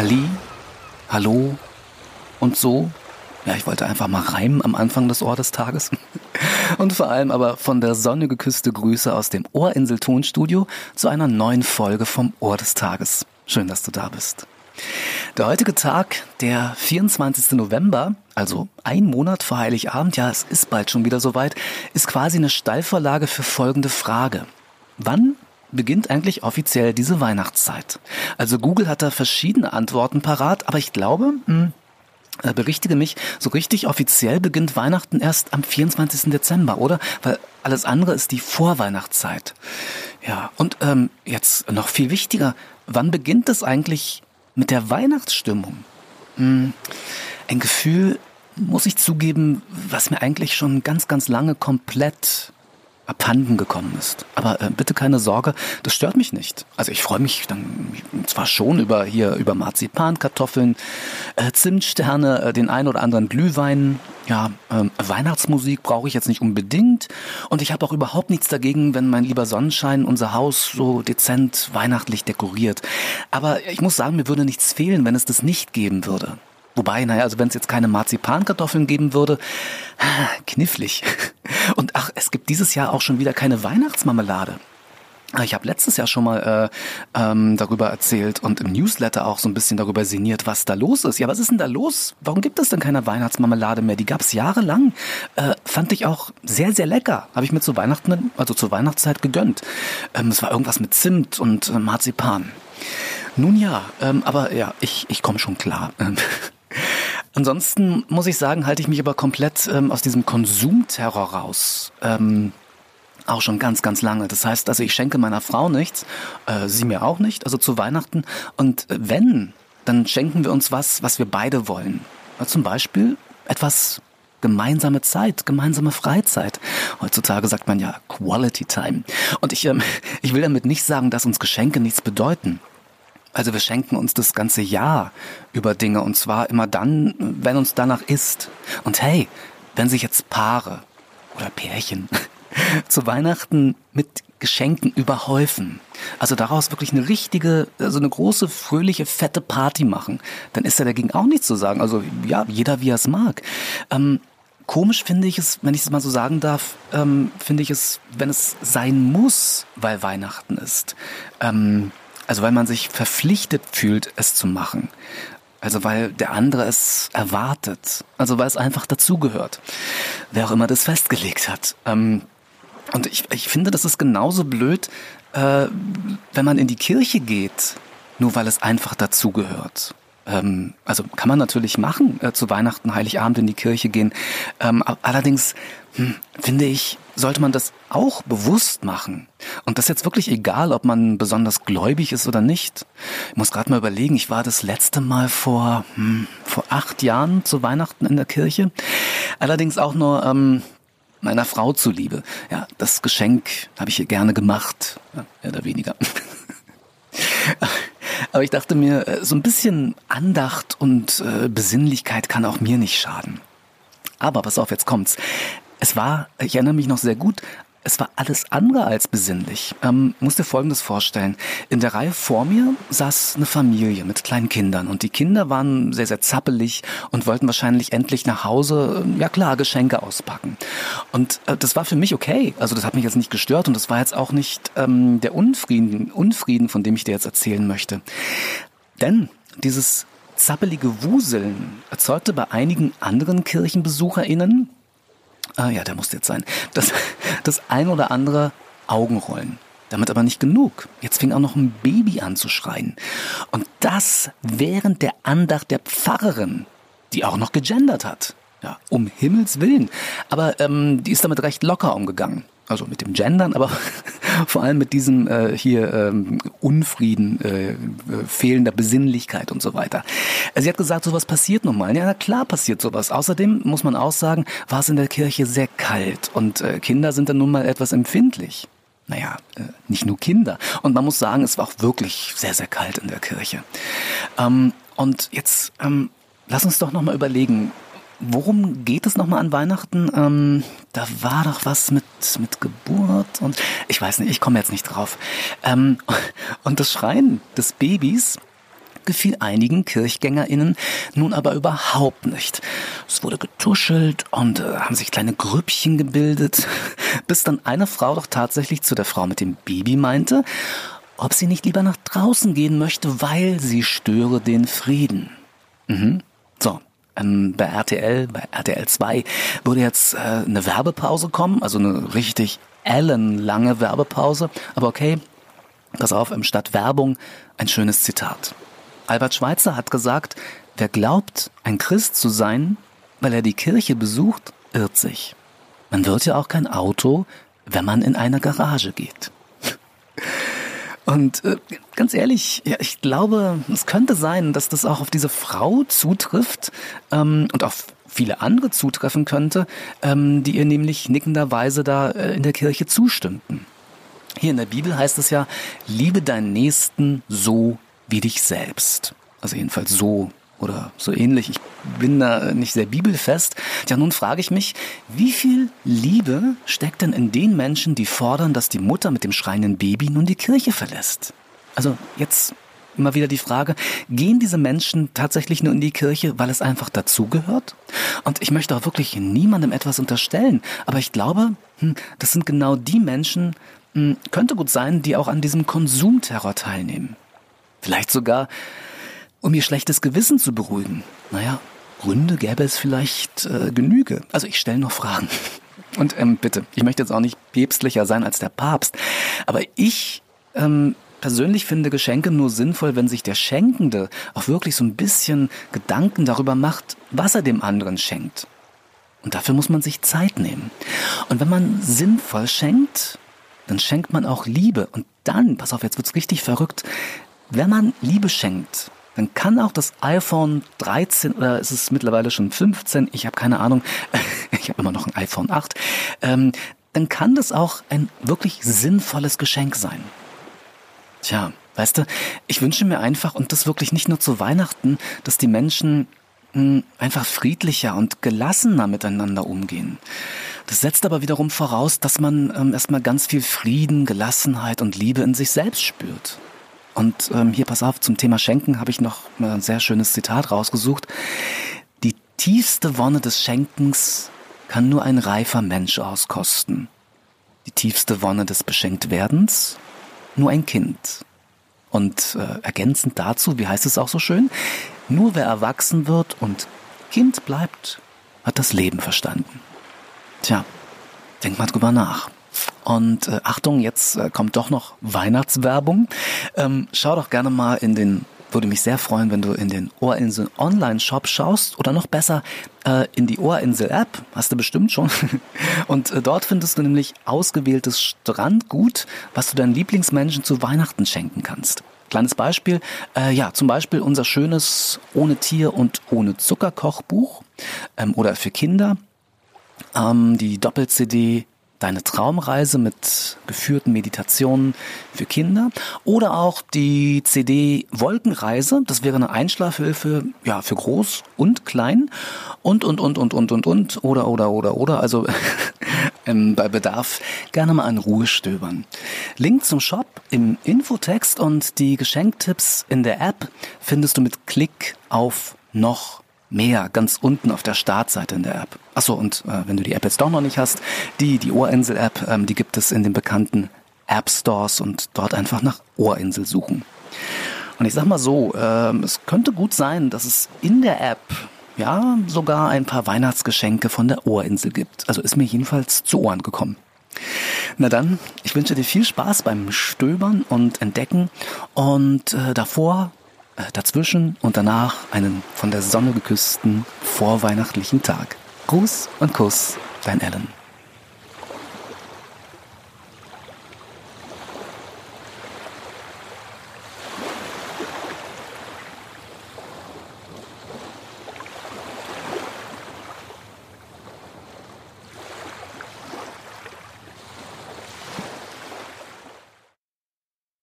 Halli, hallo und so. Ja, ich wollte einfach mal reimen am Anfang des Ohr des Tages. Und vor allem aber von der Sonne geküsste Grüße aus dem Ohrinsel Tonstudio zu einer neuen Folge vom Ohr des Tages. Schön, dass du da bist. Der heutige Tag, der 24. November, also ein Monat vor Heiligabend, ja, es ist bald schon wieder soweit, ist quasi eine Steilvorlage für folgende Frage. Wann beginnt eigentlich offiziell diese Weihnachtszeit? Also Google hat da verschiedene Antworten parat, aber ich glaube, berichtige mich, so richtig offiziell beginnt Weihnachten erst am 24. Dezember, oder? Weil alles andere ist die Vorweihnachtszeit. Ja, und jetzt noch viel wichtiger, wann beginnt es eigentlich mit der Weihnachtsstimmung? Ein Gefühl, muss ich zugeben, was mir eigentlich schon ganz, ganz lange komplett abhanden gekommen ist. Aber bitte keine Sorge, das stört mich nicht. Also ich freue mich dann zwar schon über Marzipan, Kartoffeln, Zimtsterne, den ein oder anderen Glühwein. Ja, Weihnachtsmusik brauche ich jetzt nicht unbedingt. Und ich habe auch überhaupt nichts dagegen, wenn mein lieber Sonnenschein unser Haus so dezent weihnachtlich dekoriert. Aber ich muss sagen, mir würde nichts fehlen, wenn es das nicht geben würde. Wobei, also wenn es jetzt keine Marzipankartoffeln geben würde, knifflig. Und es gibt dieses Jahr auch schon wieder keine Weihnachtsmarmelade. Ich habe letztes Jahr schon mal darüber erzählt und im Newsletter auch so ein bisschen darüber sinniert, was da los ist. Ja, was ist denn da los? Warum gibt es denn keine Weihnachtsmarmelade mehr? Die gab es jahrelang. Fand ich auch sehr, sehr lecker. Habe ich mir zur Weihnachtszeit gegönnt. Es war irgendwas mit Zimt und Marzipan. Nun ja, aber ja, ich komme schon klar. Ansonsten muss ich sagen, halte ich mich aber komplett aus diesem Konsumterror raus. Auch schon ganz, ganz lange. Das heißt, also ich schenke meiner Frau nichts, sie mir auch nicht, also zu Weihnachten. Und wenn, dann schenken wir uns was wir beide wollen. Zum Beispiel etwas gemeinsame Zeit, gemeinsame Freizeit. Heutzutage sagt man ja Quality Time. Und ich will damit nicht sagen, dass uns Geschenke nichts bedeuten. Also wir schenken uns das ganze Jahr über Dinge und zwar immer dann, wenn uns danach ist. Und hey, wenn sich jetzt Paare oder Pärchen zu Weihnachten mit Geschenken überhäufen, also daraus wirklich eine richtige, also eine große, fröhliche, fette Party machen, dann ist ja dagegen auch nichts zu sagen. Also ja, jeder wie er es mag. Komisch finde ich es, wenn ich es mal so sagen darf, finde ich es, wenn es sein muss, weil Weihnachten ist. Also weil man sich verpflichtet fühlt, es zu machen. Also weil der andere es erwartet. Also weil es einfach dazugehört. Wer auch immer das festgelegt hat. Und ich finde, das ist genauso blöd, wenn man in die Kirche geht, nur weil es einfach dazugehört. Also kann man natürlich machen, zu Weihnachten, Heiligabend in die Kirche gehen. Allerdings finde ich, sollte man das auch bewusst machen. Und das ist jetzt wirklich egal, ob man besonders gläubig ist oder nicht. Ich muss gerade mal überlegen, ich war das letzte Mal vor 8 Jahren zu Weihnachten in der Kirche. Allerdings auch nur meiner Frau zuliebe. Ja, das Geschenk habe ich ihr gerne gemacht, ja, mehr oder weniger. Aber ich dachte mir, so ein bisschen Andacht und Besinnlichkeit kann auch mir nicht schaden. Aber pass auf, jetzt kommt's. Ich erinnere mich noch sehr gut, es war alles andere als besinnlich. Musst dir Folgendes vorstellen. In der Reihe vor mir saß eine Familie mit kleinen Kindern und die Kinder waren sehr, sehr zappelig und wollten wahrscheinlich endlich nach Hause, ja klar, Geschenke auspacken. Und das war für mich okay. Also das hat mich jetzt nicht gestört und das war jetzt auch nicht der Unfrieden, von dem ich dir jetzt erzählen möchte. Denn dieses zappelige Wuseln erzeugte bei einigen anderen KirchenbesucherInnen, ja, der muss jetzt sein, das ein oder andere Augenrollen. Damit aber nicht genug. Jetzt fing auch noch ein Baby an zu schreien. Und das während der Andacht der Pfarrerin, die auch noch gegendert hat. Ja, um Himmels Willen. Aber die ist damit recht locker umgegangen. Also mit dem Gendern, aber vor allem mit diesem Unfrieden, fehlender Besinnlichkeit und so weiter. Sie hat gesagt, sowas passiert nun mal. Ja, na klar passiert sowas. Außerdem muss man auch sagen, war es in der Kirche sehr kalt und Kinder sind dann nun mal etwas empfindlich. Naja, nicht nur Kinder. Und man muss sagen, es war auch wirklich sehr, sehr kalt in der Kirche. Und jetzt lass uns doch nochmal überlegen, worum geht es nochmal an Weihnachten? Da war doch was mit Geburt und ich weiß nicht, ich komme jetzt nicht drauf. Und das Schreien des Babys gefiel einigen KirchgängerInnen nun aber überhaupt nicht. Es wurde getuschelt und haben sich kleine Grüppchen gebildet, bis dann eine Frau doch tatsächlich zu der Frau mit dem Baby meinte, ob sie nicht lieber nach draußen gehen möchte, weil sie störe den Frieden. So. Bei RTL 2 würde jetzt eine Werbepause kommen, also eine richtig ellenlange Werbepause. Aber okay, pass auf, statt Werbung ein schönes Zitat. Albert Schweitzer hat gesagt, wer glaubt, ein Christ zu sein, weil er die Kirche besucht, irrt sich. Man wird ja auch kein Auto, wenn man in eine Garage geht. Und ganz ehrlich, ja, ich glaube, es könnte sein, dass das auch auf diese Frau zutrifft und auf viele andere zutreffen könnte, die ihr nämlich nickenderweise da in der Kirche zustimmten. Hier in der Bibel heißt es ja, liebe deinen Nächsten so wie dich selbst. Also jedenfalls so oder so ähnlich. Ich bin da nicht sehr bibelfest. Ja, nun frage ich mich, wie viel Liebe steckt denn in den Menschen, die fordern, dass die Mutter mit dem schreienden Baby nun die Kirche verlässt? Also jetzt immer wieder die Frage, gehen diese Menschen tatsächlich nur in die Kirche, weil es einfach dazugehört? Und ich möchte auch wirklich niemandem etwas unterstellen, aber ich glaube, das sind genau die Menschen, könnte gut sein, die auch an diesem Konsumterror teilnehmen. Vielleicht sogar, um ihr schlechtes Gewissen zu beruhigen. Naja, Gründe gäbe es vielleicht Genüge. Also ich stelle noch Fragen. Und bitte, ich möchte jetzt auch nicht päpstlicher sein als der Papst, aber ich persönlich finde Geschenke nur sinnvoll, wenn sich der Schenkende auch wirklich so ein bisschen Gedanken darüber macht, was er dem anderen schenkt. Und dafür muss man sich Zeit nehmen. Und wenn man sinnvoll schenkt, dann schenkt man auch Liebe. Und dann, pass auf, jetzt wird's richtig verrückt, wenn man Liebe schenkt, dann kann auch das iPhone 13 oder ist es mittlerweile schon 15, ich habe keine Ahnung, ich habe immer noch ein iPhone 8, dann kann das auch ein wirklich sinnvolles Geschenk sein. Tja, weißt du, ich wünsche mir einfach, und das wirklich nicht nur zu Weihnachten, dass die Menschen einfach friedlicher und gelassener miteinander umgehen. Das setzt aber wiederum voraus, dass man erstmal ganz viel Frieden, Gelassenheit und Liebe in sich selbst spürt. Und hier, pass auf, zum Thema Schenken habe ich noch ein sehr schönes Zitat rausgesucht. Die tiefste Wonne des Schenkens kann nur ein reifer Mensch auskosten. Die tiefste Wonne des Beschenktwerdens nur ein Kind. Und ergänzend dazu, wie heißt es auch so schön, nur wer erwachsen wird und Kind bleibt, hat das Leben verstanden. Tja, denk mal drüber nach. Und Achtung, jetzt kommt doch noch Weihnachtswerbung. Schau doch gerne mal würde mich sehr freuen, wenn du in den Ohrinsel Online-Shop schaust oder noch besser in die Ohrinsel-App, hast du bestimmt schon. Und dort findest du nämlich ausgewähltes Strandgut, was du deinen Lieblingsmenschen zu Weihnachten schenken kannst. Kleines Beispiel, zum Beispiel unser schönes Ohne Tier und ohne Zucker Kochbuch oder für Kinder die Doppel-CD Deine Traumreise mit geführten Meditationen für Kinder oder auch die CD Wolkenreise, das wäre eine Einschlafhilfe, ja, für groß und klein und oder, also bei Bedarf gerne mal in Ruhe stöbern. Link zum Shop im Infotext und die Geschenktipps in der App findest du mit Klick auf noch mehr, ganz unten auf der Startseite in der App. Achso, und wenn du die App jetzt doch noch nicht hast, die Ohrinsel-App, die gibt es in den bekannten App-Stores und dort einfach nach Ohrinsel suchen. Und ich sag mal so, es könnte gut sein, dass es in der App ja sogar ein paar Weihnachtsgeschenke von der Ohrinsel gibt. Also ist mir jedenfalls zu Ohren gekommen. Na dann, ich wünsche dir viel Spaß beim Stöbern und Entdecken und dazwischen und danach einen von der Sonne geküssten vorweihnachtlichen Tag. Gruß und Kuss, dein Alan.